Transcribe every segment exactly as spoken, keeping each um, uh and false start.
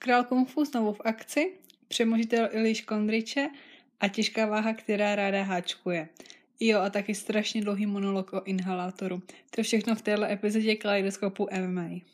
Král kung fu znovu v akci, přemožitel Eliš Kondriče a těžká váha, která ráda háčkuje. Jo, a taky strašně dlouhý monolog o inhalátoru. To je všechno v téhle epizodě Kaleidoskopu M M A.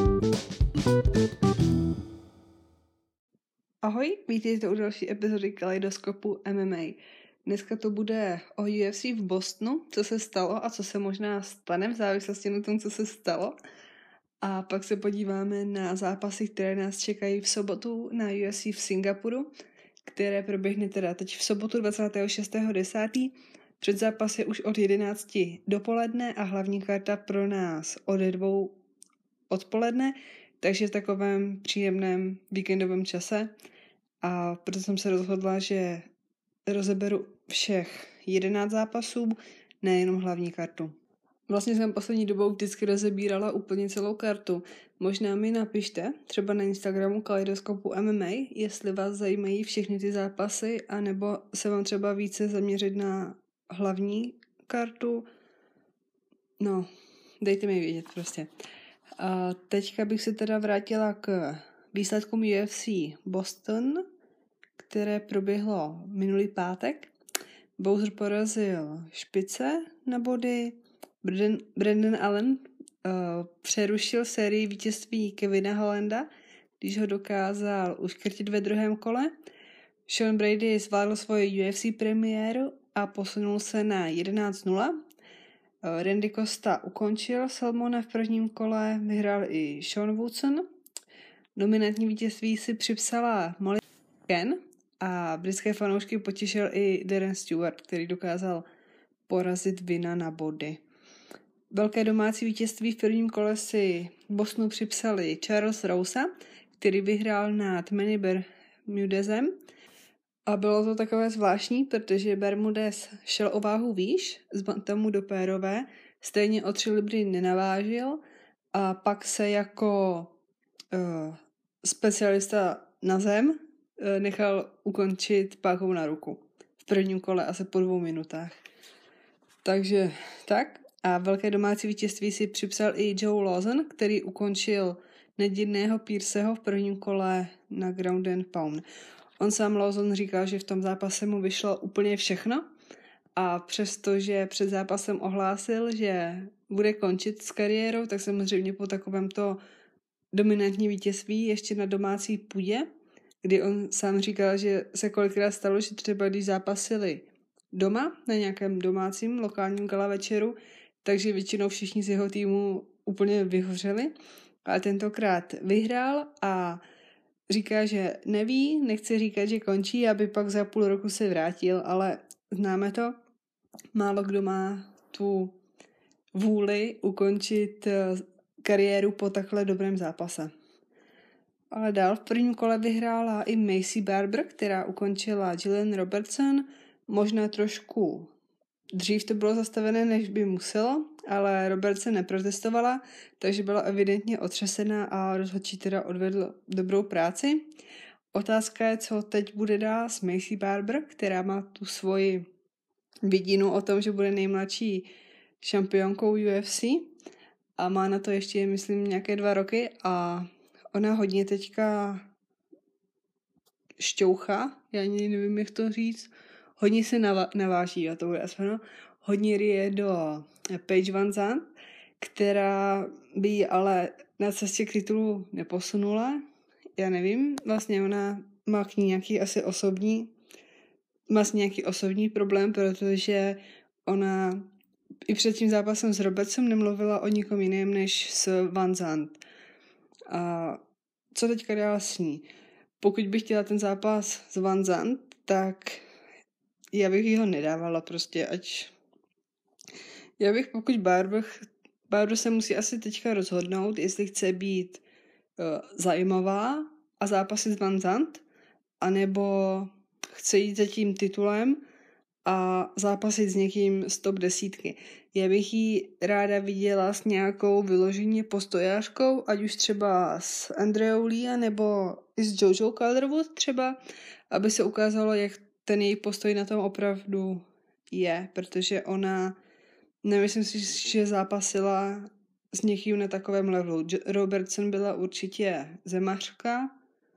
Ahoj, vítejte u další epizody Kaleidoskopu M M A. Dneska to bude o U F C v Bostonu, co se stalo a co se možná stane v závislosti na tom, co se stalo. A pak se podíváme na zápasy, které nás čekají v sobotu na U F C v Singapuru, které proběhne teda teď v sobotu dvacátého šestého desátého Před zápas je už od jedenácti dopoledne a hlavní karta pro nás od dvou odpoledne, takže v takovém příjemném víkendovém čase. A proto jsem se rozhodla, že rozeberu všech jedenáct zápasů, nejenom hlavní kartu. Vlastně jsem poslední dobou vždycky rozebírala úplně celou kartu. Možná mi napište, třeba na Instagramu Kaleidoskopu M M A, jestli vás zajímají všechny ty zápasy, anebo se vám třeba více zaměřit na hlavní kartu. No, dejte mi vědět prostě. A teďka bych se teda vrátila k výsledkům U F C Boston, které proběhlo minulý pátek. Bowser porazil Špice na body, Brandon, Brandon Allen uh, přerušil sérii vítězství Kevina Hollanda, když ho dokázal uškrtit ve druhém kole. Sean Brady zvládl svoji U F C premiéru a posunul se na jedenáct nula. Uh, Randy Costa ukončil Salmona v prvním kole, vyhrál i Sean Woodson. Dominantní vítězství si připsala Molly Ken a britské fanoušky potěšil i Darren Stewart, který dokázal porazit Vina na body. Velké domácí vítězství v prvním kole si Bostonu připsali Charles Rosa, který vyhrál nad Manny Bermudezem. A bylo to takové zvláštní, protože Bermudez šel o váhu výš z bantamu do pérové, stejně o tři libry nenavážil a pak se jako uh, specialista na zem uh, nechal ukončit pákou na ruku. V prvním kole asi po dvou minutách. Takže tak. A velké domácí vítězství si připsal i Joe Lawson, který ukončil nedílného Pearseho v prvním kole na ground and pound. On sám Lawson říkal, že v tom zápase mu vyšlo úplně všechno a přestože před zápasem ohlásil, že bude končit s kariérou, tak samozřejmě po takovémto dominantní vítězství ještě na domácí půdě, kdy on sám říkal, že se kolikrát stalo, že třeba když zápasili doma na nějakém domácím lokálním gala večeru, takže většinou všichni z jeho týmu úplně vyhořeli, ale tentokrát vyhrál a říká, že neví, nechce říkat, že končí, aby pak za půl roku se vrátil, ale známe to, málo kdo má tu vůli ukončit kariéru po takhle dobrém zápase. Ale dál v prvním kole vyhrála i Macy Barber, která ukončila Gillian Robertson, možná trošku dřív to bylo zastavené, než by muselo, ale Robertson neprotestovala, takže byla evidentně otřesená a rozhodčí teda odvedl dobrou práci. Otázka je, co teď bude dál s Macy Barber, která má tu svoji vidinu o tom, že bude nejmladší šampionkou U F C a má na to ještě, myslím, nějaké dva roky a ona hodně teďka šťoucha, já ani nevím, jak to říct, hodně se nava- naváží, a to bude aspoň, hodně rije do Paige Van Zandt, která by ji ale na cestě k titulu neposunula. Já nevím, vlastně ona má k ní nějaký asi osobní, má nějaký osobní problém, protože ona i před tím zápasem s Robertsem nemluvila o nikom jiném než s Van Zandt. A co teďka dál s ní? Pokud bych chtěla ten zápas s Van Zandt, tak já bych ho nedávala prostě, ať... Já bych, pokud Barber, Barber se musí asi teďka rozhodnout, jestli chce být uh, zajímavá a zápasit s Van Zandt, anebo chce jít za tím titulem a zápasit s někým z top desítky. Já bych ji ráda viděla s nějakou vyloženě postojářkou, ať už třeba s Andreou Lee, nebo i s Jojo Calderwood třeba, aby se ukázalo, jak ten její postoj na tom opravdu je, protože ona, nemyslím si, že zápasila s někým na takovém levelu. Robertson byla určitě zemařka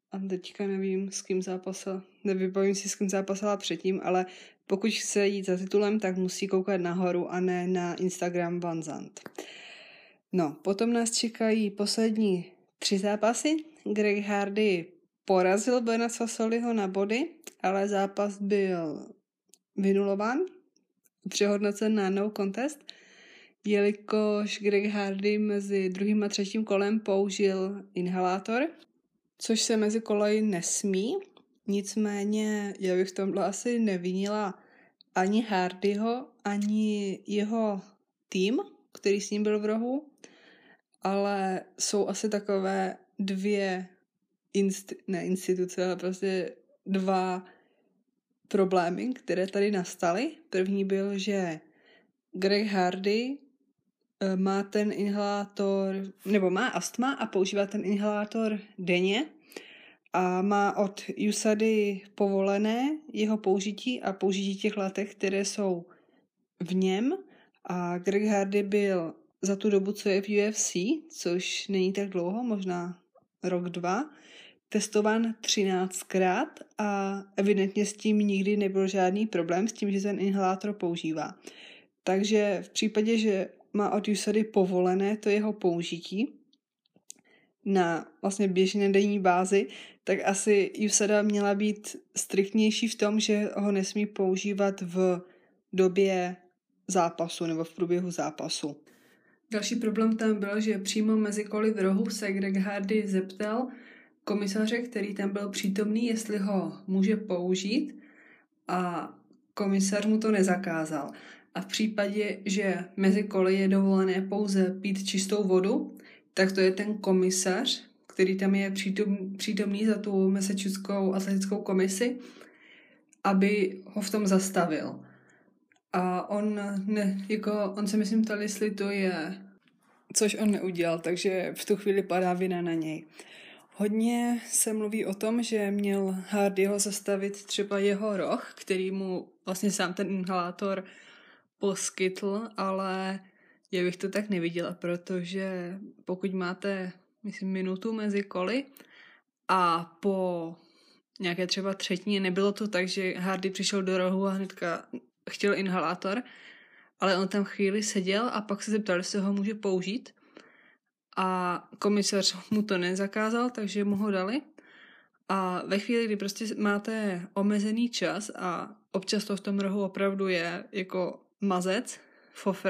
a teďka nevím, s kým zápasil. Nevybavím si, s kým zápasila předtím, ale pokud chce jít za titulem, tak musí koukat nahoru a ne na Instagram Van Zandt. No, potom nás čekají poslední tři zápasy. Greg Hardy porazil Bena Sassoliho na body, ale zápas byl vynulován, přehodnocen na no contest, jelikož Greg Hardy mezi druhým a třetím kolem použil inhalátor, což se mezi koleji nesmí. Nicméně já bych v tomhle asi nevinila ani Hardyho, ani jeho tým, který s ním byl v rohu, ale jsou asi takové dvě inst- ne instituce, ale prostě dva problémy, které tady nastaly. První byl, že Greg Hardy má ten inhalátor, nebo má astma a používá ten inhalátor denně a má od U S A D A povolené jeho použití a použití těch látek, které jsou v něm. A Greg Hardy byl za tu dobu, co je v U F C, což není tak dlouho, možná rok, dva, testovan třináctkrát a evidentně s tím nikdy nebyl žádný problém s tím, že ten inhalátor používá. Takže v případě, že má od U S A D A povolené to jeho použití na vlastně běžné denní bázi, tak asi U S A D A měla být striktnější v tom, že ho nesmí používat v době zápasu nebo v průběhu zápasu. Další problém tam byl, že přímo mezi koly v rohu se Greg Hardy zeptal komisaře, který tam byl přítomný, jestli ho může použít a komisař mu to nezakázal. A v případě, že mezi koly je dovolené pouze pít čistou vodu, tak to je ten komisař, který tam je přítom, přítomný za tu Massachusettskou atletickou komisi, aby ho v tom zastavil. A on, ne, jako, on se myslím ptal, jestli to je, což on neudělal, takže v tu chvíli padá vina na něj. Hodně se mluví o tom, že měl Hardyho zastavit třeba jeho roh, který mu vlastně sám ten inhalátor poskytl, ale já bych to tak neviděla, protože pokud máte, myslím, minutu mezi koly a po nějaké třeba třetině nebylo to tak, že Hardy přišel do rohu a hnedka chtěl inhalátor, ale on tam chvíli seděl a pak se zeptal, jestli ho může použít a komisař mu to nezakázal, takže mu ho dali. A ve chvíli, kdy prostě máte omezený čas a občas to v tom rohu opravdu je jako mazec, fofr,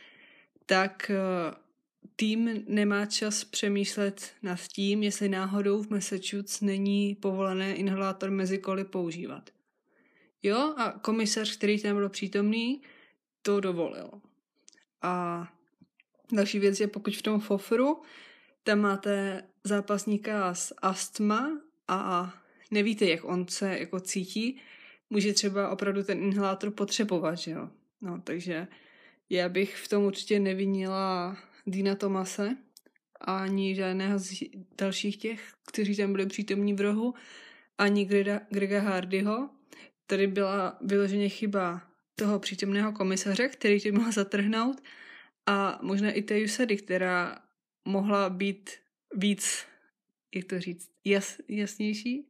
tak tým nemá čas přemýšlet nad tím, jestli náhodou v Massachusetts není povolené inhalátor mezi koly používat. Jo, a komisař, který tam byl přítomný, to dovolil. A další věc je, pokud v tom fofru tam máte zápasníka s astma a nevíte, jak on se jako cítí, může třeba opravdu ten inhalátor potřebovat, že jo. No, takže já bych v tom určitě nevinila Dina Thomase ani žádného z dalších těch, kteří tam byli přítomní v rohu, ani Grega, Grega Hardyho. Tady byla vyloženě chyba toho přítomného komisaře, který tě mohl zatrhnout a možná i té U S A D A, která mohla být víc, jak to říct, jas, jasnější,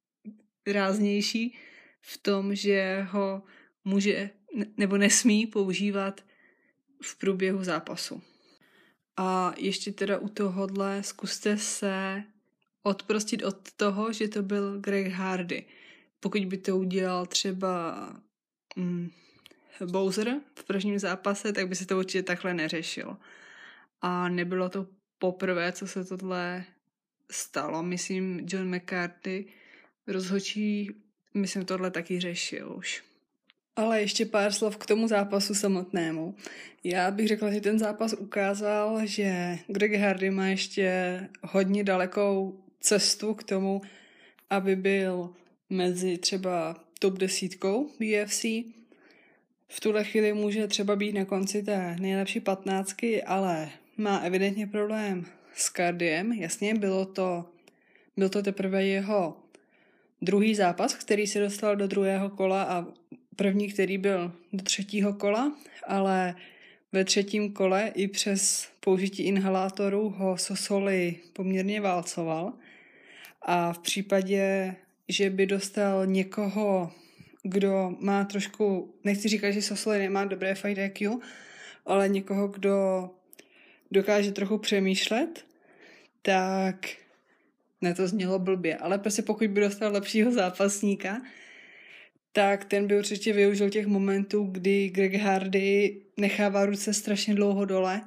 ráznější v tom, že ho může nebo nesmí používat v průběhu zápasu. A ještě teda u tohohle zkuste se odprostit od toho, že to byl Greg Hardy. Pokud by to udělal třeba mm, Bowser v prvním zápase, tak by se to určitě takhle neřešilo. A nebylo to poprvé, co se tohle stalo. Myslím, John McCarthy rozhodčí, myslím, tohle taky řešil už. Ale ještě pár slov k tomu zápasu samotnému. Já bych řekla, že ten zápas ukázal, že Greg Hardy má ještě hodně dalekou cestu k tomu, aby byl mezi třeba top desítkou v U F C. V tuhle chvíli může třeba být na konci té nejlepší patnáctky, ale má evidentně problém s kardiem. Jasně, bylo to, byl to teprve jeho druhý zápas, který se dostal do druhého kola a první, který byl do třetího kola, ale ve třetím kole i přes použití inhalátorů ho Sassoli poměrně válcoval. A v případě, že by dostal někoho, kdo má trošku, nechci říkat, že Sosoli nemá dobré fight I Q, ale někoho, kdo dokáže trochu přemýšlet, tak ne, to znělo blbě, ale prostě pokud by dostal lepšího zápasníka, tak ten by určitě využil těch momentů, kdy Greg Hardy nechává ruce strašně dlouho dole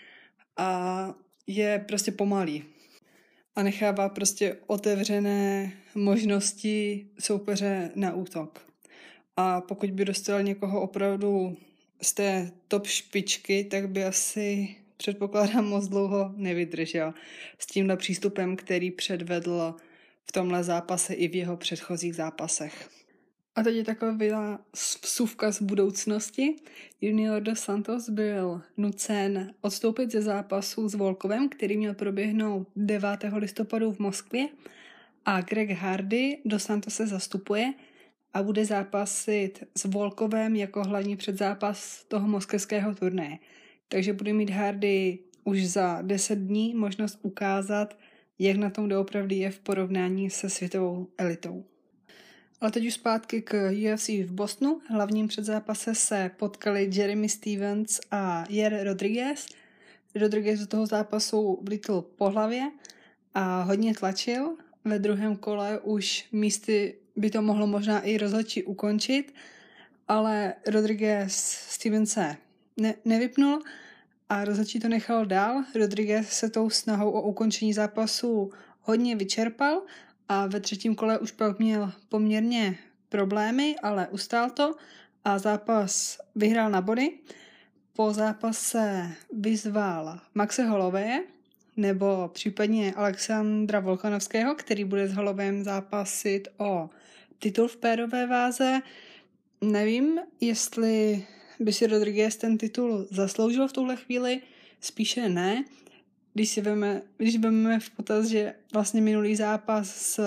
a je prostě pomalý. A nechává prostě otevřené možnosti soupeře na útok. A pokud by dostal někoho opravdu z té top špičky, tak by asi, předpokládám, moc dlouho nevydržel s tímhle přístupem, který předvedl v tomhle zápase i v jeho předchozích zápasech. A teď je taková vsuvka z budoucnosti. Junior dos Santos byl nucen odstoupit ze zápasu s Volkovem, který měl proběhnout devátého listopadu v Moskvě, a Greg Hardy dos Santos se zastupuje a bude zápasit s Volkovem jako hlavní předzápas toho moskevského turnaje. Takže bude mít Hardy už za deset dní možnost ukázat, jak na tom doopravdy je v porovnání se světovou elitou. Ale teď už zpátky k U F C v Bostonu. Hlavním předzápase se potkali Jeremy Stephens a Yair Rodriguez. Rodriguez do toho zápasu vlítl po hlavě a hodně tlačil. Ve druhém kole už místy by to mohlo možná i rozhodčí ukončit, ale Rodriguez Stephense ne- nevypnul a rozhodčí to nechal dál. Rodriguez se tou snahou o ukončení zápasu hodně vyčerpal a ve třetím kole už pak měl poměrně problémy, ale ustál to a zápas vyhrál na body. Po zápase vyzval Maxe Hollowaye nebo případně Alexandra Volkanovského, který bude s Hollowayem zápasit o titul v pérové váze. Nevím, jestli by si Rodriguez ten titul zasloužil v tuhle chvíli, spíše ne. Když si veme, když vezmeme v potaz, že vlastně minulý zápas s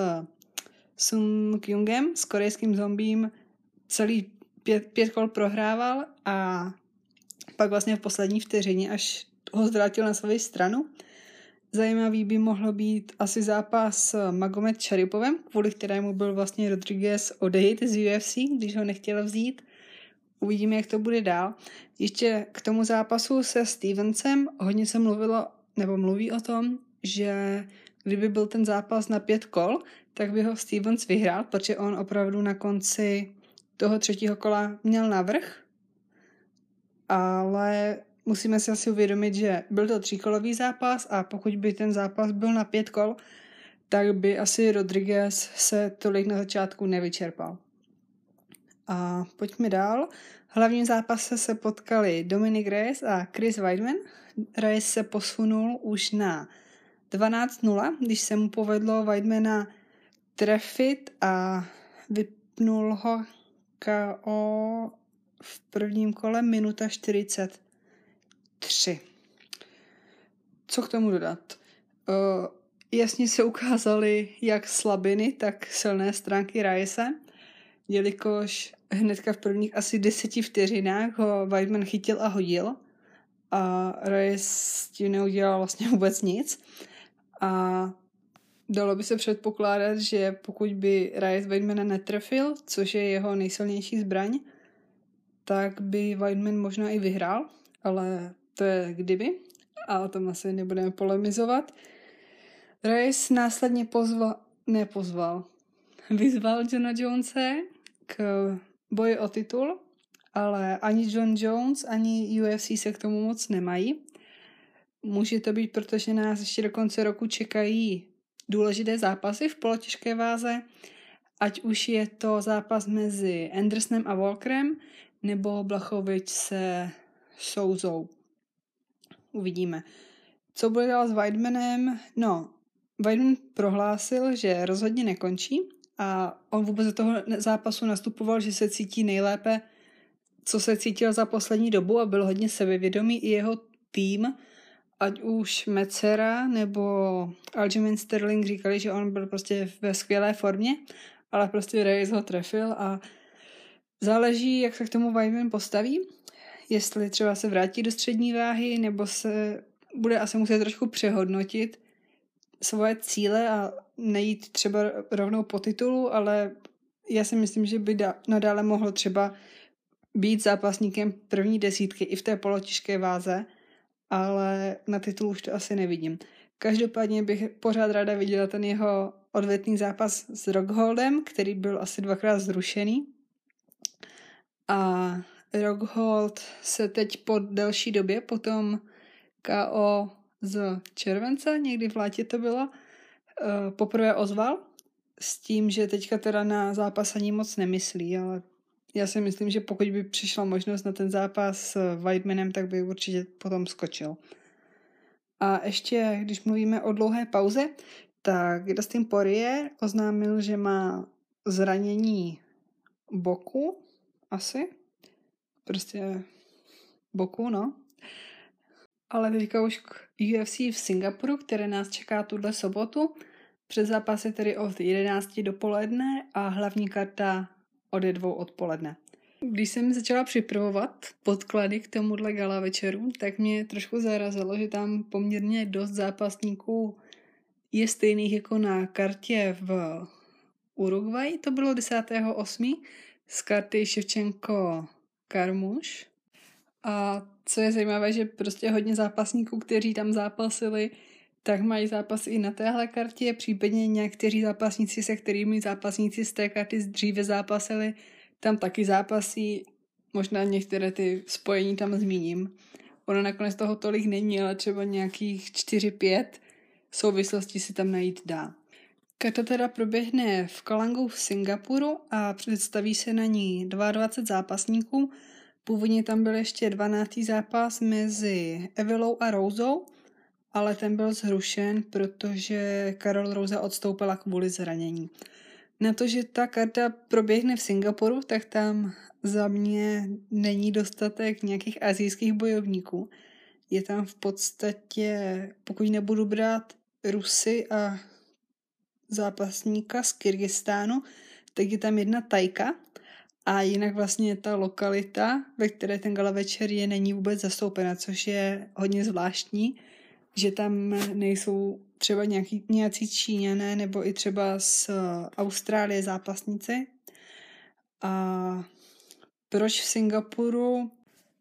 Sung Kyungem, s korejským zombím, celý pět, pět kol prohrával a pak vlastně v poslední vteřině až ho zvrátil na svou stranu. Zajímavý by mohlo být asi zápas s Magomed Šaripovem, kvůli kterému byl vlastně Rodriguez odejít z U F C, když ho nechtěl vzít. Uvidíme, jak to bude dál. Ještě k tomu zápasu se Stevensem hodně se mluvilo, nebo mluví o tom, že kdyby byl ten zápas na pět kol, tak by ho Stevens vyhrál, protože on opravdu na konci toho třetího kola měl navrch. Ale musíme si asi uvědomit, že byl to tříkolový zápas a pokud by ten zápas byl na pět kol, tak by asi Rodriguez se tolik na začátku nevyčerpal. A pojďme dál. V hlavním zápase se potkali Dominic Reyes a Chris Weidman. Reyes se posunul už na dvanáct nula, když se mu povedlo Weidmana trefit a vypnul ho K O v prvním kole minuta čtyřicet tři. Co k tomu dodat? Uh, jasně se ukázaly jak slabiny, tak silné stránky Reyese, jelikož hnedka v prvních asi deseti vteřinách ho Weidman chytil a hodil a Reyes s tím neudělal vlastně vůbec nic. A dalo by se předpokládat, že pokud by Reyes Weidmana netrefil, což je jeho nejsilnější zbraň, tak by Weidman možná i vyhrál, ale to je kdyby a o tom asi nebudeme polemizovat. Reyes následně pozval, nepozval, vyzval Johna Jonese k boji o titul, ale ani John Jones, ani U F C se k tomu moc nemají. Může to být, protože nás ještě do konce roku čekají důležité zápasy v polotěžké váze, ať už je to zápas mezi Andersonem a Walkerem, nebo Blachowicz se Souzou. Uvidíme. Co bude dál s Weidmanem? No, Weidman prohlásil, že rozhodně nekončí a on vůbec do toho zápasu nastupoval, že se cítí nejlépe, co se cítil za poslední dobu a byl hodně sebevědomý. I jeho tým, ať už Metzera nebo Aljamain Sterling říkali, že on byl prostě ve skvělé formě, ale prostě Reyes ho trefil a záleží, jak se k tomu Weidman postaví, jestli třeba se vrátí do střední váhy, nebo se bude asi muset trošku přehodnotit svoje cíle a nejít třeba rovnou po titulu, ale já si myslím, že by da- nadále mohlo třeba být zápasníkem první desítky i v té polotěžké váze, ale na titul už to asi nevidím. Každopádně bych pořád ráda viděla ten jeho odvetný zápas s Rockholdem, který byl asi dvakrát zrušený. A Rockhold se teď po delší době, potom K O z července, někdy v létě to bylo, poprvé ozval s tím, že teďka teda na zápas ani moc nemyslí, ale já si myslím, že pokud by přišla možnost na ten zápas s Weidmanem, tak by určitě potom skočil. A ještě, když mluvíme o dlouhé pauze, tak Dustin Poirier oznámil, že má zranění boku, asi. Prostě boku, no. Ale teďka už k U F C v Singapuru, které nás čeká tuhle sobotu. Před zápasy tedy od jedenácti dopoledne a hlavní karta od dvou odpoledne. Když jsem začala připravovat podklady k tomuhle gala večeru, tak mě trošku zarazilo, že tam poměrně dost zápasníků je stejných jako na kartě v Uruguay. To bylo desátého osmého z karty Ševčenko Karmuš. A co je zajímavé, že prostě hodně zápasníků, kteří tam zápasili, tak mají zápas i na téhle kartě, případně někteří zápasníci, se kterými zápasníci z té karty dříve zápasili, tam taky zápasí, možná některé ty spojení tam zmíním. Ono nakonec toho tolik není, ale třeba nějakých čtyři pět souvislostí si tam najít dá. Karta teda proběhne v Kalangu v Singapuru a představí se na ní dvacet dva zápasníků. Původně tam byl ještě dvanáctý zápas mezi Evilou a Rousou, ale ten byl zrušen, protože Karol Rouza odstoupila kvůli zranění. Na to, že ta karta proběhne v Singapuru, tak tam za mě není dostatek nějakých asijských bojovníků. Je tam v podstatě, pokud nebudu brát Rusy a zápasníka z Kyrgyzstánu, tak je tam jedna Tajka a jinak vlastně ta lokalita, ve které ten gala večer je, není vůbec zastoupena, což je hodně zvláštní, že tam nejsou třeba nějaký, nějací Číňané nebo i třeba z Austrálie zápasníci. A proč v Singapuru uh,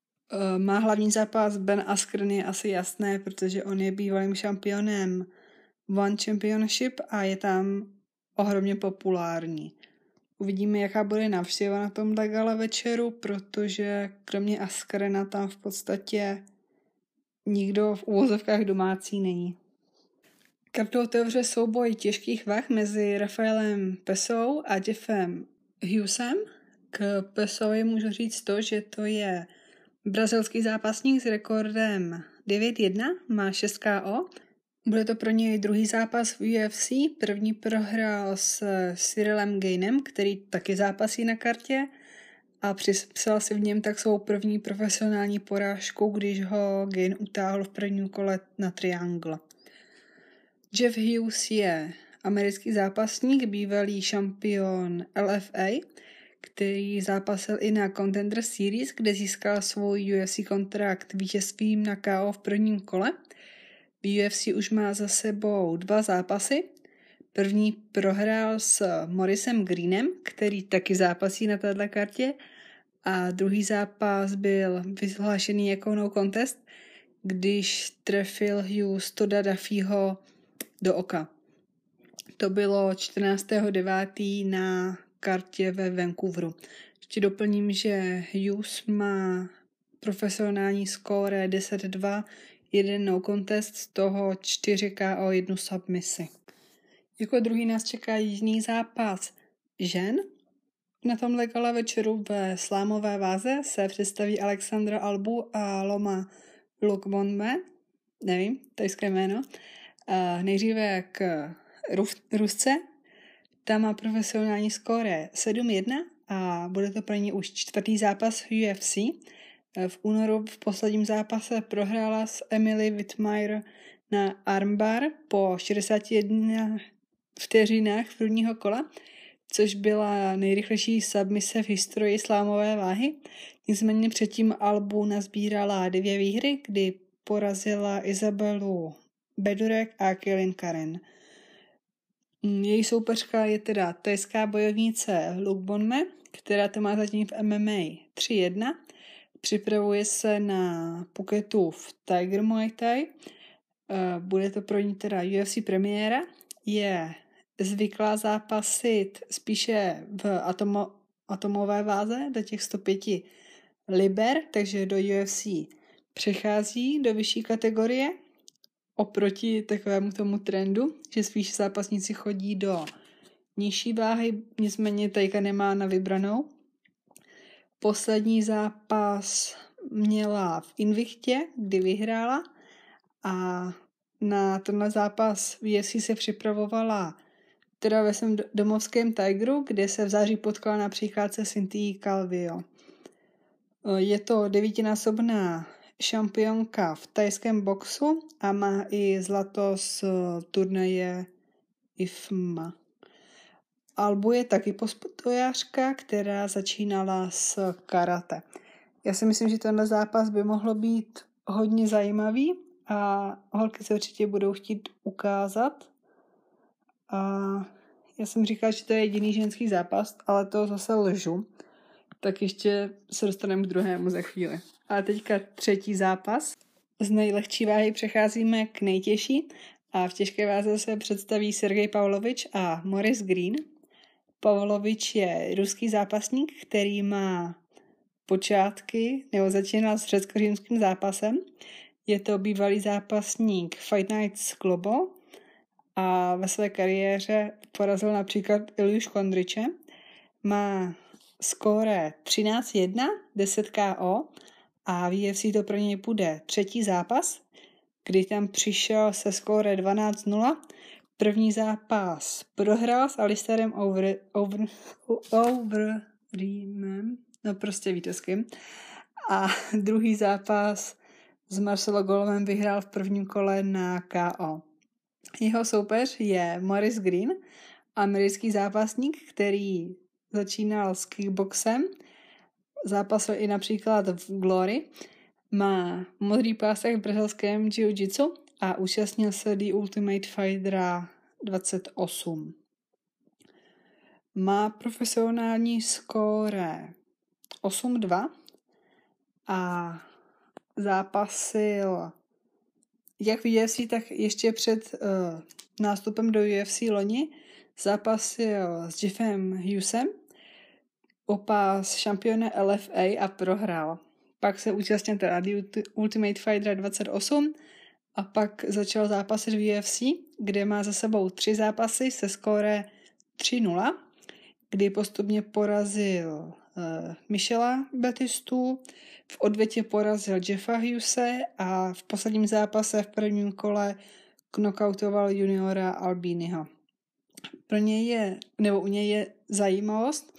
má hlavní zápas Ben Askren je asi jasné, protože on je bývalým šampionem One Championship a je tam ohromně populární. Uvidíme, jaká bude návštěva na tomhle gala večeru, protože kromě Askrena tam v podstatě nikdo v uvozovkách domácí není. Kartu otevře souboj těžkých vah mezi Rafaelem Pesou a Jeffem Hughesem. K Pesovi můžu říct to, že to je brazilský zápasník s rekordem devět jedna, má šest K O. Bude to pro něj druhý zápas v U F C. První prohrál s Cyrillem Ganem, který taky zápasí na kartě a připsal si v něm tak svou první profesionální porážku, když ho Gane utáhl v prvním kole na triangle. Jeff Hughes je americký zápasník, bývalý šampion L F A, který zápasil i na Contender Series, kde získal svůj U F C kontrakt vítězstvím na K O v prvním kole. V U F C už má za sebou dva zápasy. První prohrál s Morrisem Greenem, který taky zápasí na této kartě, a druhý zápas byl vyhlášený jako no contest, když trefil Hughes Toda Duffyho do oka. To bylo čtrnáctého devátého na kartě ve Vancouveru. Ještě doplním, že Hughes má profesionální skóre deset dva, jeden no contest, z toho čtyři K O, jednu submisi. Jako druhý nás čeká jiný zápas žen. Na tomhle gala večeru ve slámové váze se představí Alexandra Albu a Loma Lokbonme, nevím, tajské jméno. A nejdříve k Rusce. Ta má profesionální skóre sedm jedna a bude to pro ní už čtvrtý zápas v U F C. V únoru v posledním zápase prohrála s Emily Whitmire na armbar po šedesáti jedné vteřinách prvního kola, což byla nejrychlejší submise v historii slámové váhy. Nicméně předtím Albu nazbírala dvě výhry, kdy porazila Izabelu Bedurek a Kailin Karen. Její soupeřka je teda thajská bojovnice Luke Bonme, která to má zatím v M M A tři jedna. Připravuje se na Phuketu v Tiger Muay Thai. Bude to pro ní teda U F C premiéra. Je zvyklá zápasit spíše v atomo, atomové váze do těch sto pět liber, takže do U F C přechází do vyšší kategorie oproti takovému tomu trendu, že spíš zápasníci chodí do nižší váhy, nicméně Tajka nemá na vybranou. Poslední zápas měla v Invictě, kdy vyhrála, a na tenhle zápas v U F C se připravovala teda ve svém domovském Tigeru, kde se v září potkala například se Cynthia Calvillo. Je to devítinásobná šampionka v thajském boxu a má i zlato z turnaje I F M A. Albu je taky postojářka, která začínala s karate. Já si myslím, že tenhle zápas by mohlo být hodně zajímavý a holky se určitě budou chtít ukázat. A já jsem říkala, že to je jediný ženský zápas, ale to zase lžu. Tak ještě se dostaneme k druhému za chvíli. A teďka třetí zápas. Z nejlehčí váhy přecházíme k nejtěžší a v těžké váze se představí Sergej Pavlovič a Maurice Greene. Pavlovič je ruský zápasník, který má počátky, nebo začínal s řecko-římským zápasem. Je to bývalý zápasník Fight Nights Global a ve své kariéře porazil například Iljuš Kondryče. Má skóre třináct jedna, deset K O a v U F C to pro něj bude třetí zápas, kdy tam přišel se skóre dvanáct nula. První zápas prohrál s Alistairem Over, over, Overeemem, no prostě vítězským. A druhý zápas s Marcelo Golovem vyhrál v prvním kole na K O. Jeho soupeř je Maurice Greene, americký zápasník, který začínal s kickboxem, zápasil i například v Glory, má modrý pásek v brazilském jiu-jitsu a účastnil se The Ultimate Fightera dvacet osm. Má profesionální skóre osm dva a zápasil jak v U F C, tak ještě před uh, nástupem do U F C loni zápasil s Jeffem Hughesem o pás šampiona L F A a prohrál. Pak se účastnil teda The Ultimate Fighter dvacet osm a pak začal zápasit v U F C, kde má za sebou tři zápasy se skóre tři nula, kdy postupně porazil uh, Michela Batistu, v odvětě porazil Jeffa Hughese a v posledním zápase v prvním kole knockoutoval juniora Albiniho. Pro něj je, nebo u něj je zajímavost,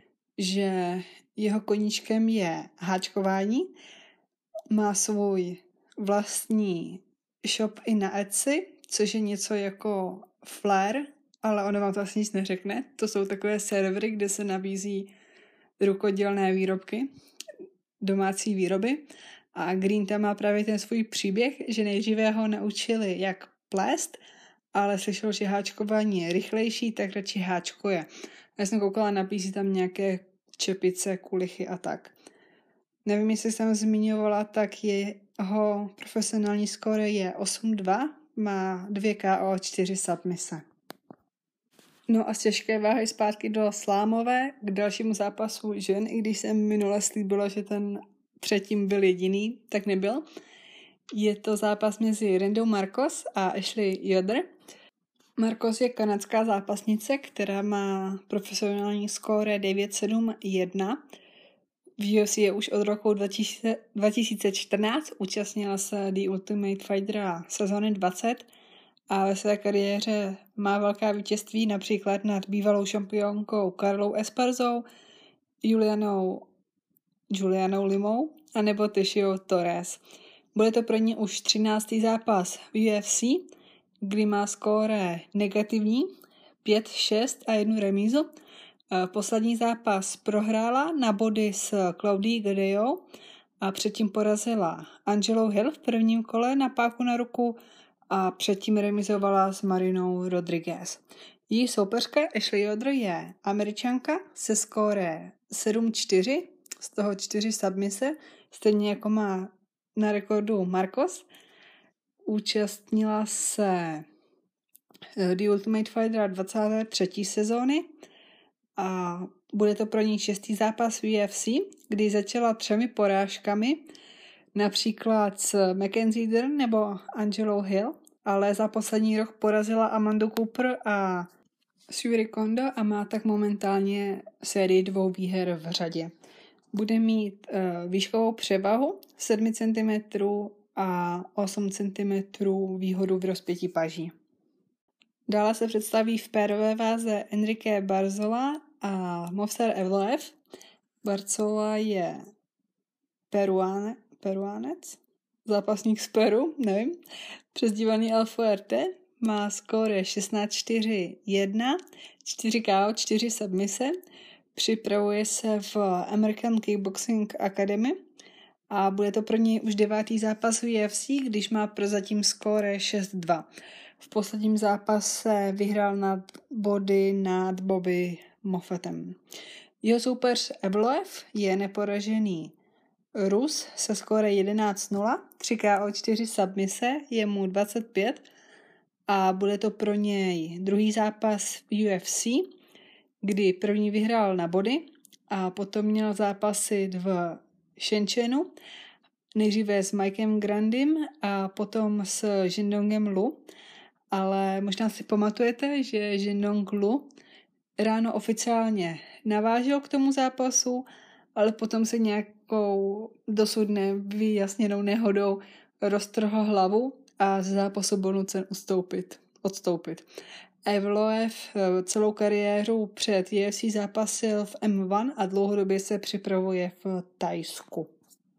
že jeho koníčkem je háčkování, má svůj vlastní shop i na Etsy, což je něco jako Flare, ale ono vám to asi nic neřekne. To jsou takové servery, kde se nabízí rukodělné výrobky, domácí výroby. A Green tam má právě ten svůj příběh, že nejdříve ho naučili, jak plést, ale slyšel, že háčkování je rychlejší, tak radši háčkuje. Já jsem koukala, nabízí tam nějaké čepice, kulichy a tak. Nevím, jestli jsem zmiňovala, tak jeho profesionální skóre je osm dva, má dvě K O, čtyři submise. No a z těžké váhy zpátky do slámové k dalšímu zápasu žen, i když jsem minule slíbila, že ten předtím byl jediný, tak nebyl. Je to zápas mezi Rendou Marcos a Ashley Yoder. Marcos je kanadská zápasnice, která má profesionální skóre devět sedm jedna. V U F C je už od roku dva tisíce čtrnáct, účastnila se The Ultimate Fighter sezóny dvacet a ve své kariéře má velká vítězství například nad bývalou šampionkou Karlou Esparzou, Julianou, Julianou Limou a nebo Tishio Torres. Bude to pro ní už třináctý zápas v U F C, kdy má skóre negativní, pět šest a jednu remízu. Poslední zápas prohrála na body s Claudii Gadeou a předtím porazila Angelou Hill v prvním kole na páku na ruku a předtím remizovala s Marinou Rodriguez. Její soupeřka Ashley Yoder je Američanka se skóre sedm čtyři, z toho čtyři submise, stejně jako má na rekordu Marcos. Účastnila se The Ultimate Fighter dvacáté třetí sezóny a bude to pro ní šestý zápas v U F C, kdy začala třemi porážkami, například s Mackenzie Dern nebo Angelou Hill, ale za poslední rok porazila Amandu Cooper a Shuri Kondo a má tak momentálně sérii dvou výher v řadě. Bude mít uh, výškovou převahu sedm centimetrů a osm centimetrů výhodu v rozpětí paží. Dále se představí v pérové váze Enrique Barzola a Movsar Evloev. Barzola je Peruáne, Peruánec, zápasník z Peru, nevím, přezdívaný El Fuerte, má skóre šestnáct čtyři jedna, čtyři K O, čtyři submise, připravuje se v American Kickboxing Academy a bude to pro něj už devátý zápas v U F C, když má prozatím skóre šest dva. V posledním zápase vyhrál nad body nad Bobby Moffettem. Jeho soupeř Evloev je neporažený Rus se skóre jedenáct nula, tři K O, čtyři submise, je mu dvacet pět a bude to pro něj druhý zápas v U F C, kdy první vyhrál na body a potom měl zápasit v Shenzhenu, nejdříve s Mikem Grandym a potom s Jindongem Lu, ale možná si pamatujete, že Jindong Lu ráno oficiálně navážel k tomu zápasu, ale potom se nějakou dosud nevyjasněnou nehodou roztrhl hlavu a z zápasu byl nucen ustoupit, odstoupit. Evloev celou kariéru před U F C zápasil v M jedna a dlouhodobě se připravuje v Thajsku.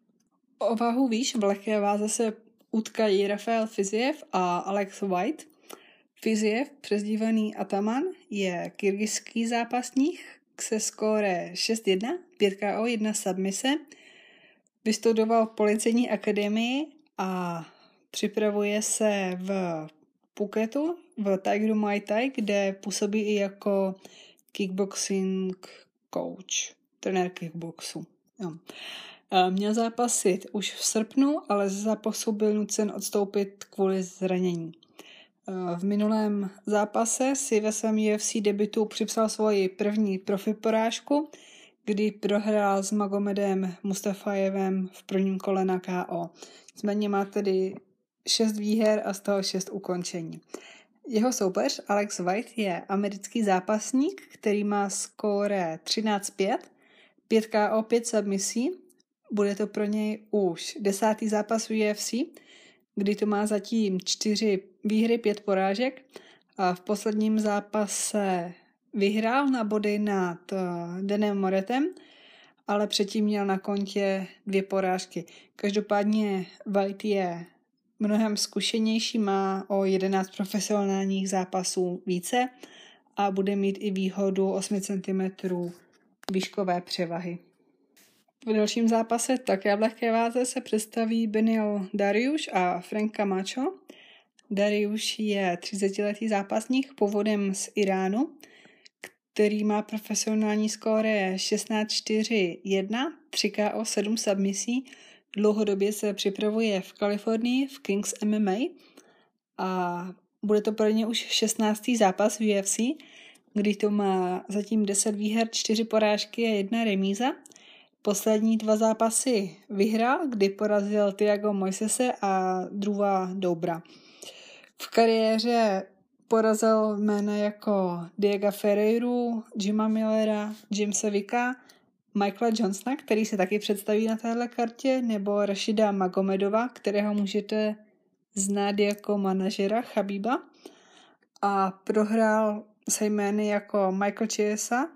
O váhu výš v lehké váze se utkají Rafael Fiziev a Alex White. Fiziev, přezdívaný Ataman, je kyrgyzský zápasník se skóre šest jedna, pět K O, jedna submise. Vystudoval policejní akademii a připravuje se v Phuketu, v Tigeru Muay Thai, kde působí i jako kickboxing coach, trenér kickboxu. Jo. Měl zápasit už v srpnu, ale ze zápasu byl nucen odstoupit kvůli zranění. V minulém zápase si ve svém U F C debutu připsal svoji první profi porážku, kdy prohrál s Magomedem Mustafajevem v prvním kole na K O. Nicméně má tedy šest výher a z toho šest ukončení. Jeho soupeř Alex White je americký zápasník, který má skóre třináct pět, pět K O, pět submisí. Bude to pro něj už desátý zápas v U F C, kdy to má zatím čtyři výhry, pět porážek a v posledním zápase vyhrál na body nad Danem Moretem, ale předtím měl na kontě dvě porážky. Každopádně White je mnohem zkušenější, má o jedenáct profesionálních zápasů více a bude mít i výhodu osm centimetrů výškové převahy. V dalším zápase také v lehké váze se představí Beneil Dariush a Frank Camacho. Dariush je třicetiletý zápasník původem z Iránu, který má profesionální skóre šestnáct čtyři jedna, tři K O, sedm submisí. Dlouhodobě se připravuje v Kalifornii v Kings M M A a bude to pro ně už šestnáctý zápas v U F C, kdy to má zatím deset výher, čtyři porážky a jedna remíza. Poslední dva zápasy vyhrál, kdy porazil Thiago Moisese a Druva Doubra. V kariéře porazil jména jako Diego Ferreiru, Jima Millera, Jamesa Vicka, Michaela Johnsona, který se taky představí na téhle kartě, nebo Rashida Magomedova, kterého můžete znát jako manažera Khabíba. A prohrál se jmény jako Michael Chiesa,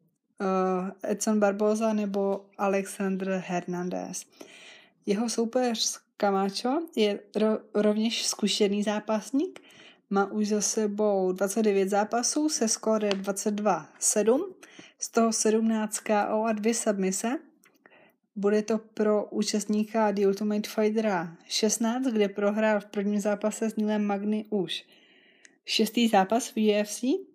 uh, Edson Barboza nebo Alexander Hernandez. Jeho soupeř Camacho je ro- rovněž zkušený zápasník, má už za sebou dvacet devět zápasů se skóre dvacet dva sedm, z toho sedmnáct K O a dvě submise. Bude to pro účastníka The Ultimate Fightera šestnáct, kde prohrál v prvním zápase s Nilem Magny už šestý zápas v U F C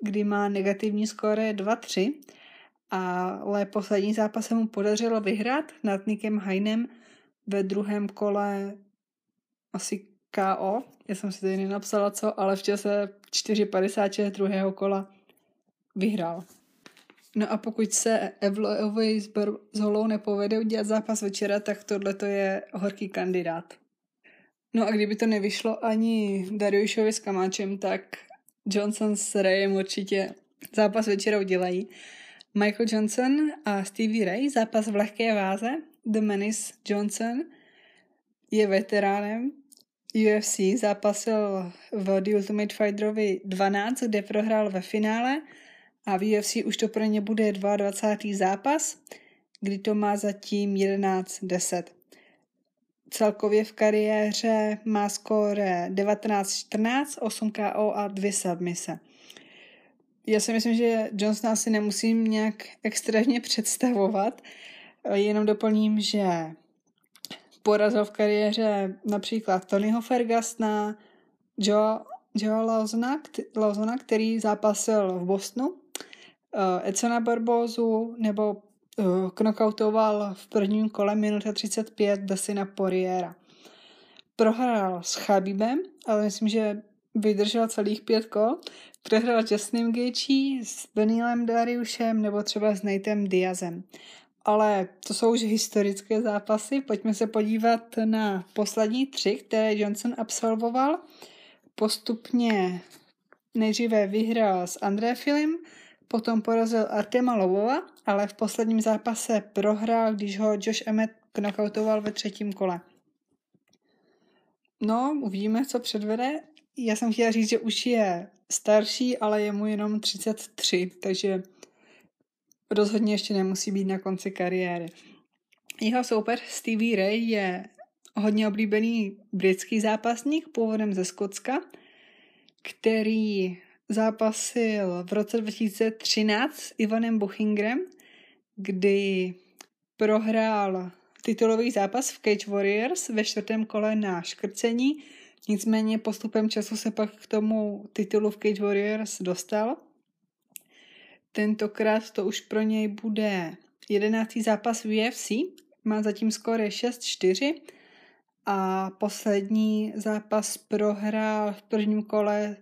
kdy má negativní skóre dva tři, ale poslední zápas se mu podařilo vyhrát nad Nickem Haynem ve druhém kole asi K O. Já jsem si tady nenapsala co, ale v čase čtyři padesát šest druhého kola vyhrál. No a pokud se Evloevovi s Holou nepovede udělat zápas večera, tak tohle to je horký kandidát. No a kdyby to nevyšlo ani Dariušovi s Kamáčem, tak Johnson s Rayem určitě zápas večera udělají. Michael Johnson a Stevie Ray, zápas v lehké váze. The Menace Johnson je veteránem U F C, zápasil v The Ultimate Fighterovi dvanáct, kde prohrál ve finále, a v U F C už to pro ně bude dvacátý druhý zápas, kdy to má zatím jedenáct deset. Celkově v kariéře má skóre devatenáct čtrnáct, osm K O a dvě submise. Já si myslím, že Johnsona asi nemusím nějak extrémně představovat, jenom doplním, že porazil v kariéře například Tonyho Fergusona, Joe, Joe Lauzona, Lauzona, který zápasil v Bostonu, uh, Edsona Barbozu, nebo uh, knockoutoval v prvním kole minuta třicet pět Dustina Poiriera. Prohrál s Khabibem, ale myslím, že vydržel celých pět kol. Prohrál s Justin Gaethje, s Benilem Dariušem nebo třeba s Natem Diazem. Ale to jsou už historické zápasy. Pojďme se podívat na poslední tři, které Johnson absolvoval. Postupně nejdříve vyhrál s André Filim, potom porazil Artema Lobova, ale v posledním zápase prohrál, když ho Josh Emmett knockoutoval ve třetím kole. No, uvidíme, co předvede. Já jsem chtěla říct, že už je starší, ale je mu jenom třicet tři, takže rozhodně ještě nemusí být na konci kariéry. Jeho soupeř Stevie Ray je hodně oblíbený britský zápasník původem ze Skotska, který zápasil v roce dva tisíce třináct s Ivanem Buchingerem, kdy prohrál titulový zápas v Cage Warriors ve čtvrtém kole na škrcení, nicméně postupem času se pak k tomu titulu v Cage Warriors dostal. Tentokrát to už pro něj bude jedenáctý zápas v U F C, má zatím skóre šest čtyři a poslední zápas prohrál v prvním kole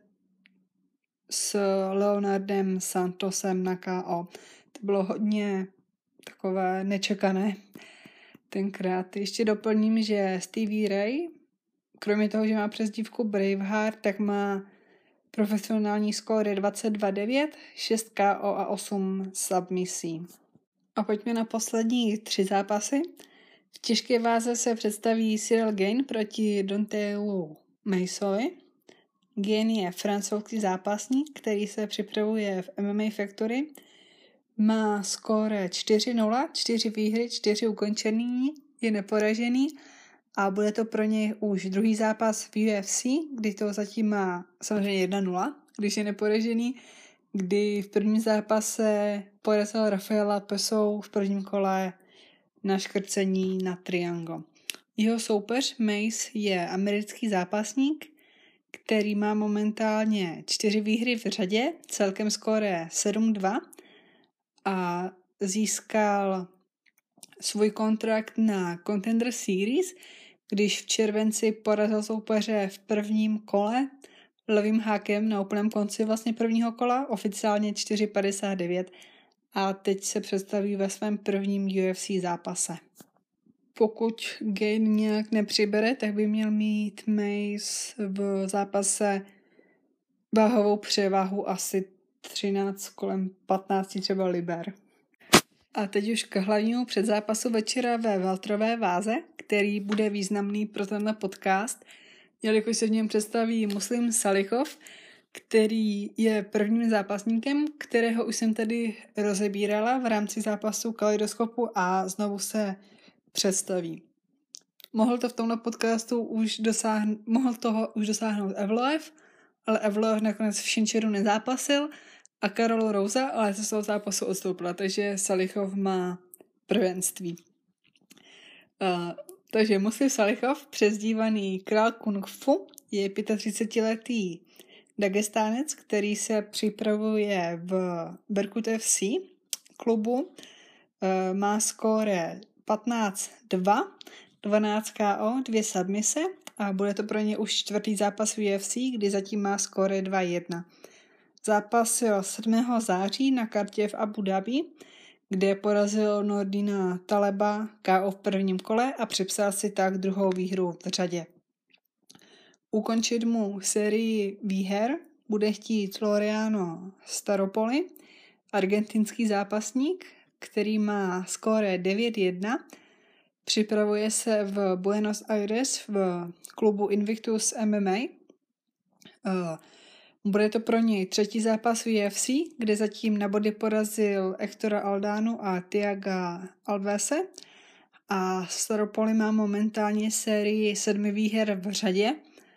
s Leonardem Santosem na K O. To bylo hodně takové nečekané tenkrát. Ještě doplním, že Stevie Ray, kromě toho, že má přezdívku Braveheart, tak má profesionální skóre dvacet dva devět, šest K O a osm submisí. A pojďme na poslední tři zápasy. V těžké váze se představí Cyril Gane proti Dontélu Masovi. Gane je francouzský zápasník, který se připravuje v M M A Factory. Má skóre čtyři nula, čtyři výhry, čtyři ukončení, je neporažený a bude to pro něj už druhý zápas v U F C, kdy to zatím má samozřejmě jedna nula, když je neporažený, kdy v prvním zápase porazil Rafaela Pesou v prvním kole na škrcení na triangle. Jeho soupeř Mace je americký zápasník, který má momentálně čtyři výhry v řadě, celkem skóre sedm dva a získal svůj kontrakt na Contender Series, když v červenci porazil soupeře v prvním kole levým hákem na úplném konci vlastně prvního kola, oficiálně čtyři padesát devět, a teď se představí ve svém prvním U F C zápase. Pokud Gane nějak nepřibere, tak by měl mít Mace v zápase váhovou převahu asi třináct kolem patnáct třeba liber. A teď už k hlavnímu předzápasu večera ve welterové váze, který bude významný pro tenhle podcast, jelikož se v něm představí Muslim Salikhov, který je prvním zápasníkem, kterého už jsem tady rozebírala v rámci zápasu Kaleidoskopu a znovu se představí. Mohl to v tomhle podcastu už dosáhnout, mohl toho už dosáhnout Evloev, ale Evloev nakonec v Shincheru nezápasil a Karol Rouza ale ze svého zápasu odstoupila, takže Salikhov má prvenství. Uh, takže Muslim Salikhov, přezdívaný král kung fu, je třicetiletý Dagestánec, který se připravuje v Berkut F C klubu. Má skóre patnáct dva, dvanáct K O, dvě submise a bude to pro ně už čtvrtý zápas v U F C, kdy zatím má skóre dva jedna. Zápasil sedmého září na kartě v Abu Dhabi, kde porazil Nordina Taleba K O v prvním kole a připsal si tak druhou výhru v řadě. Ukončit mu sérii výher bude chtít Laureano Staropoli, argentinský zápasník, který má skóre devět jedna. Připravuje se v Buenos Aires v klubu Invictus M M A. Bude to pro něj třetí zápas v U F C, kde zatím na body porazil Hectora Aldanu a Thiaga Alvese. A Staropoli má momentálně sérii sedmi výher v řadě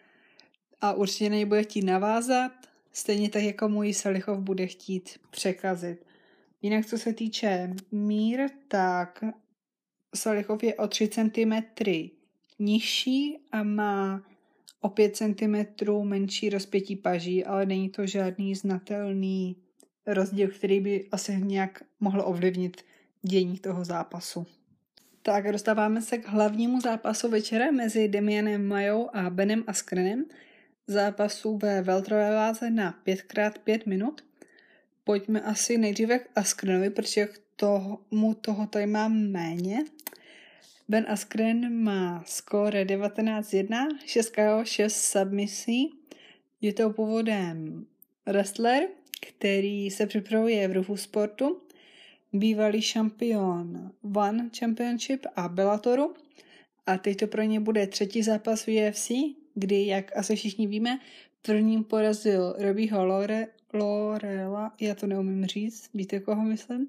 a určitě nebude chtít navázat, stejně tak jako můj Salichov bude chtít překazit. Jinak co se týče mír, tak Salichov je o tři centimetry nižší a má o pět centimetrů menší rozpětí paží, ale není to žádný znatelný rozdíl, který by asi nějak mohl ovlivnit dění toho zápasu. Tak dostáváme se k hlavnímu zápasu večera mezi Damianem Mayou a Benem Askrenem. Zápasu ve welterové váze na pět krát pět minut. Pojďme asi nejdříve k Askrenovi, protože tomu toho tady mám méně. Ben Askren má skóre devatenáct jedna, šest K O, šest submisí. Je to původem wrestler, který se připravuje v ruchu sportu. Bývalý šampion One Championship a Bellatoru. A teď to pro ně bude třetí zápas v U F C, kdy, jak asi všichni víme, prvním porazil Robbieho Lore, Lorela, já to neumím říct, víte, koho myslím?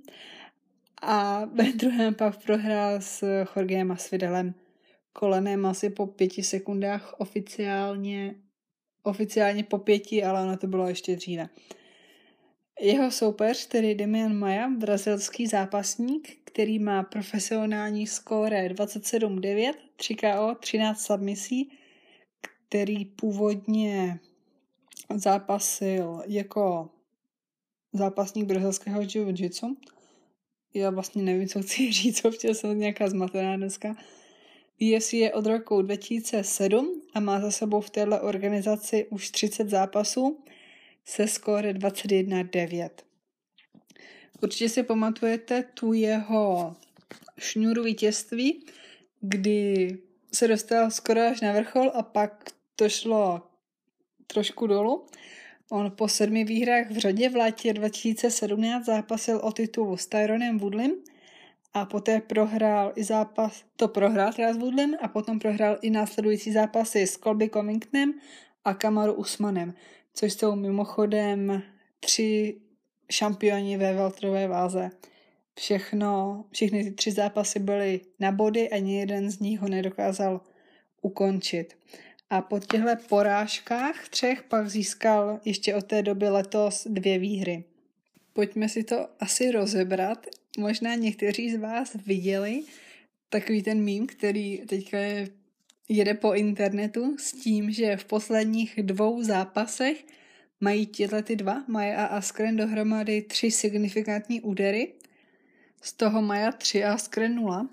A ve druhém pak prohrál s Jorgem Masvidalem kolenem asi po pěti sekundách oficiálně, oficiálně po pěti, ale ono to bylo ještě dříve. Jeho soupeř, tedy Demian Maia, brazilský zápasník, který má profesionální skóre dvacet sedm devět, tři K O, třináct submisí, který původně zápasil jako zápasník brazilského jiu-jitsu. Já vlastně nevím, co chci říct, protože jsem nějaká zmatená dneska. U F C je od roku dva tisíce sedm a má za sebou v této organizaci už třicet zápasů se skóre dvacet jedna devět. Určitě si pamatujete tu jeho šňůru vítězství, kdy se dostal skoro až na vrchol a pak to šlo trošku dolů. On po sedmi výhrách v řadě v létě dva tisíce sedmnáct zápasil o titul s Tyronem Woodleym a poté prohrál i zápas, to prohrál teda s Woodleym a potom prohrál i následující zápasy s Colby Covingtonem a Kamaru Usmanem, což jsou mimochodem tři šampioni ve welterové váze. Všechno, všechny ty tři zápasy byly na body, ani jeden z nich ho nedokázal ukončit. A po těchto porážkách třech pak získal ještě od té doby letos dvě výhry. Pojďme si to asi rozebrat. Možná někteří z vás viděli takový ten mím, který teďka je, jede po internetu s tím, že v posledních dvou zápasech mají tyhle ty dva, Maia a Askren, dohromady tři signifikantní údery. Z toho Maia tři a Askren nula.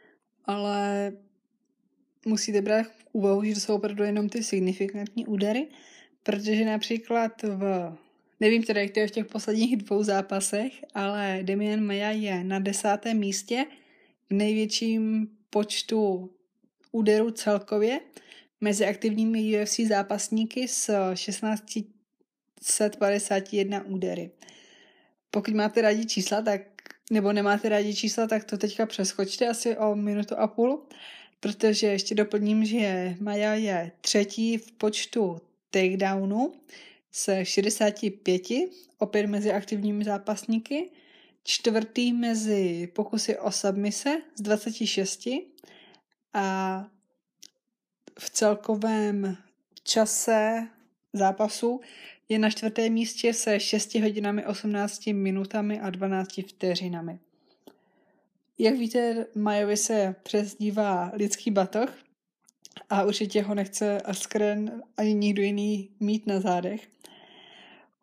Ale musíte brát v úvahu, že to jsou opravdu jenom ty signifikantní údery, protože například v, nevím teda, jak to je v těch posledních dvou zápasech, ale Demian Maia je na desátém místě v největším počtu úderů celkově mezi aktivními U F C zápasníky s šestnáct set padesát jedna údery. Pokud máte rádi čísla, tak, nebo nemáte rádi čísla, tak to teďka přeskočte asi o minutu a půl, protože ještě doplním, že Maia je třetí v počtu takedownů se šedesáti pěti, opět mezi aktivními zápasníky, čtvrtý mezi pokusy o submise z dvaceti šesti a v celkovém čase zápasu je na čtvrtém místě se šesti hodinami, osmnácti minutami a dvanácti vteřinami. Jak víte, Maiavi se přezdívá lidský batoh a určitě ho nechce Askren ani nikdo jiný mít na zádech.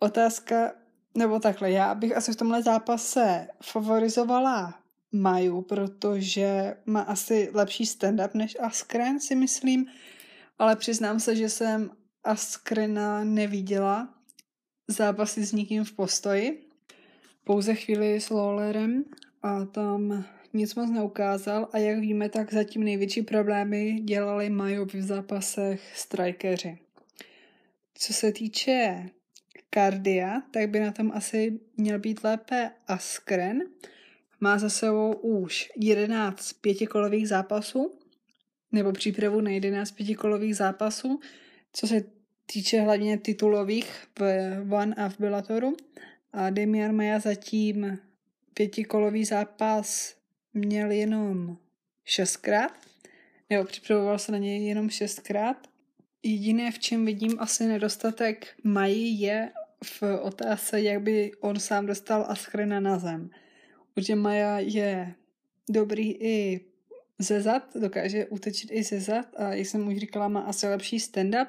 Otázka, nebo takhle, já bych asi v tomhle zápase favorizovala Maju, protože má asi lepší stand-up než Askren, si myslím, ale přiznám se, že jsem Askrena neviděla zápasy s nikým v postoji. Pouze chvíli s Lawlerem a tam nic moc neukázal a jak víme, tak zatím největší problémy dělali Majovi v zápasech strikeři. Co se týče kardia, tak by na tom asi měl být lépe Askren. Má za sebou už jedenáct pětikolových zápasů, nebo přípravu na jedenáct pětikolových zápasů, co se týče hlavně titulových v One a v Bellatoru. A Demian Maia zatím pětikolový zápas měl jenom šestkrát, nebo připravoval se na něj jenom šestkrát. Jediné, v čem vidím asi nedostatek Maji, je v otázce, jak by on sám dostal Askrena na zem. Protože Maia je dobrý i ze zad, dokáže utečit i ze zad a jak jsem už říkala, má asi lepší stand-up,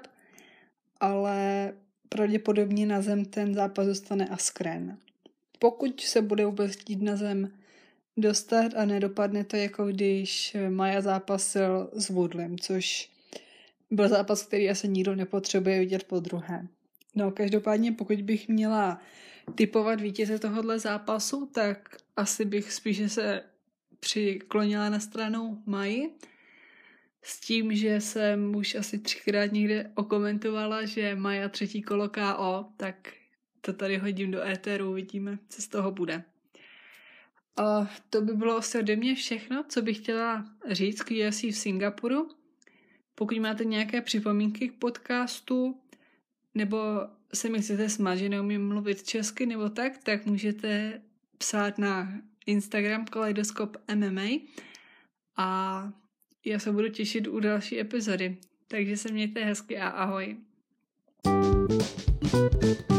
ale pravděpodobně na zem ten zápas dostane Askren. Pokud se bude vůbec chtít na zem dostat a nedopadne to jako když Maia zápasil s Woodlem, což byl zápas, který asi nikdo nepotřebuje vidět po druhé. No, každopádně pokud bych měla tipovat vítěze tohohle zápasu, tak asi bych spíše se přiklonila na stranu Maji. S tím, že jsem už asi třikrát někde okomentovala, že Maia třetí kolo K O, tak to tady hodím do éteru, uvidíme, co z toho bude. A to by bylo asi ode mě všechno, co bych chtěla říct k U F C v Singapuru. Pokud máte nějaké připomínky k podcastu, nebo se mi chcete smát, že neumím mluvit česky nebo tak, tak můžete psát na Instagram Kaleidoskop M M A a já se budu těšit u další epizody. Takže se mějte hezky a ahoj.